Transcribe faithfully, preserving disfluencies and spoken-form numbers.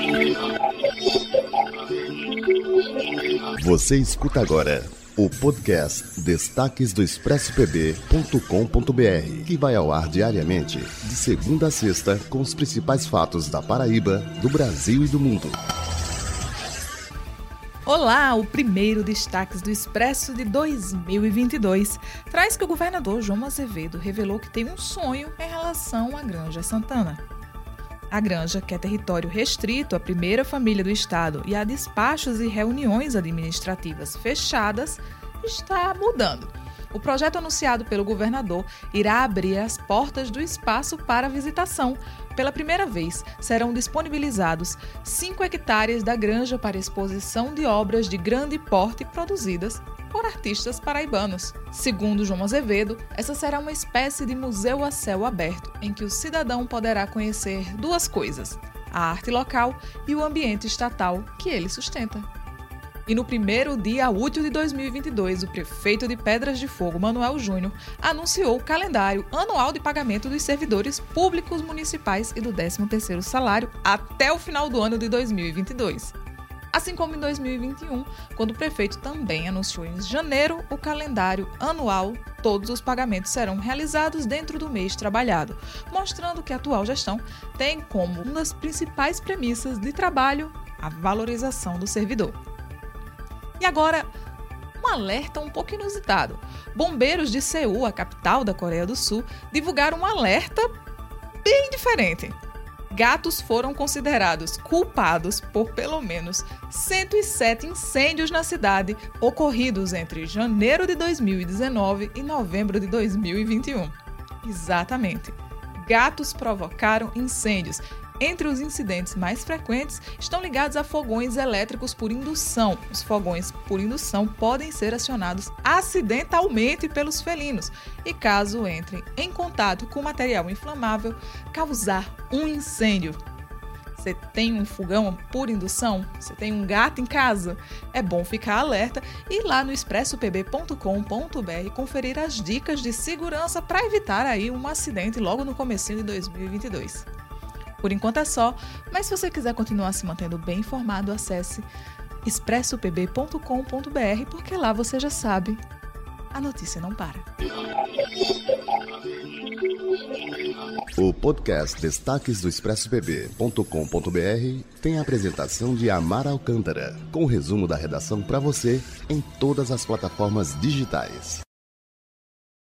Você escuta agora o podcast Destaques do Expresso P B ponto com ponto B R, que vai ao ar diariamente, de segunda a sexta, com os principais fatos da Paraíba, do Brasil e do mundo. Olá, o primeiro Destaques do Expresso de dois mil e vinte e dois traz que o governador João Azevedo revelou que tem um sonho em relação à Granja Santana. A Granja, que é território restrito à primeira família do estado e a despachos e reuniões administrativas fechadas, está mudando. O projeto anunciado pelo governador irá abrir as portas do espaço para visitação. Pela primeira vez, serão disponibilizados cinco hectares da granja para exposição de obras de grande porte produzidas por artistas paraibanos. Segundo João Azevedo, essa será uma espécie de museu a céu aberto, em que o cidadão poderá conhecer duas coisas: a arte local e o ambiente estatal que ele sustenta. E no primeiro dia útil de dois mil e vinte e dois, o prefeito de Pedras de Fogo, Manuel Júnior, anunciou o calendário anual de pagamento dos servidores públicos municipais e do décimo terceiro salário até o final do ano de dois mil e vinte e dois. Assim como em dois mil e vinte e um, quando o prefeito também anunciou em janeiro o calendário anual, todos os pagamentos serão realizados dentro do mês trabalhado, mostrando que a atual gestão tem como uma das principais premissas de trabalho a valorização do servidor. E agora, um alerta um pouco inusitado. Bombeiros de Seul, a capital da Coreia do Sul, divulgaram um alerta bem diferente. Gatos foram considerados culpados por pelo menos cento e sete incêndios na cidade ocorridos entre janeiro de dois mil e dezenove e novembro de dois mil e vinte e um. Exatamente. Gatos provocaram incêndios. Entre os incidentes mais frequentes estão ligados a fogões elétricos por indução. Os fogões por indução podem ser acionados acidentalmente pelos felinos e, caso entrem em contato com material inflamável, causar um incêndio. Você tem um fogão por indução? Você tem um gato em casa? É bom ficar alerta e ir lá no expresso p b ponto com ponto b r conferir as dicas de segurança para evitar aí um acidente logo no comecinho de dois mil e vinte e dois. Por enquanto é só, mas se você quiser continuar se mantendo bem informado, acesse expresso p b ponto com ponto b r, porque lá você já sabe, a notícia não para. O podcast Destaques do Expresso P B ponto com ponto b r tem a apresentação de Amara Alcântara, com o resumo da redação para você em todas as plataformas digitais.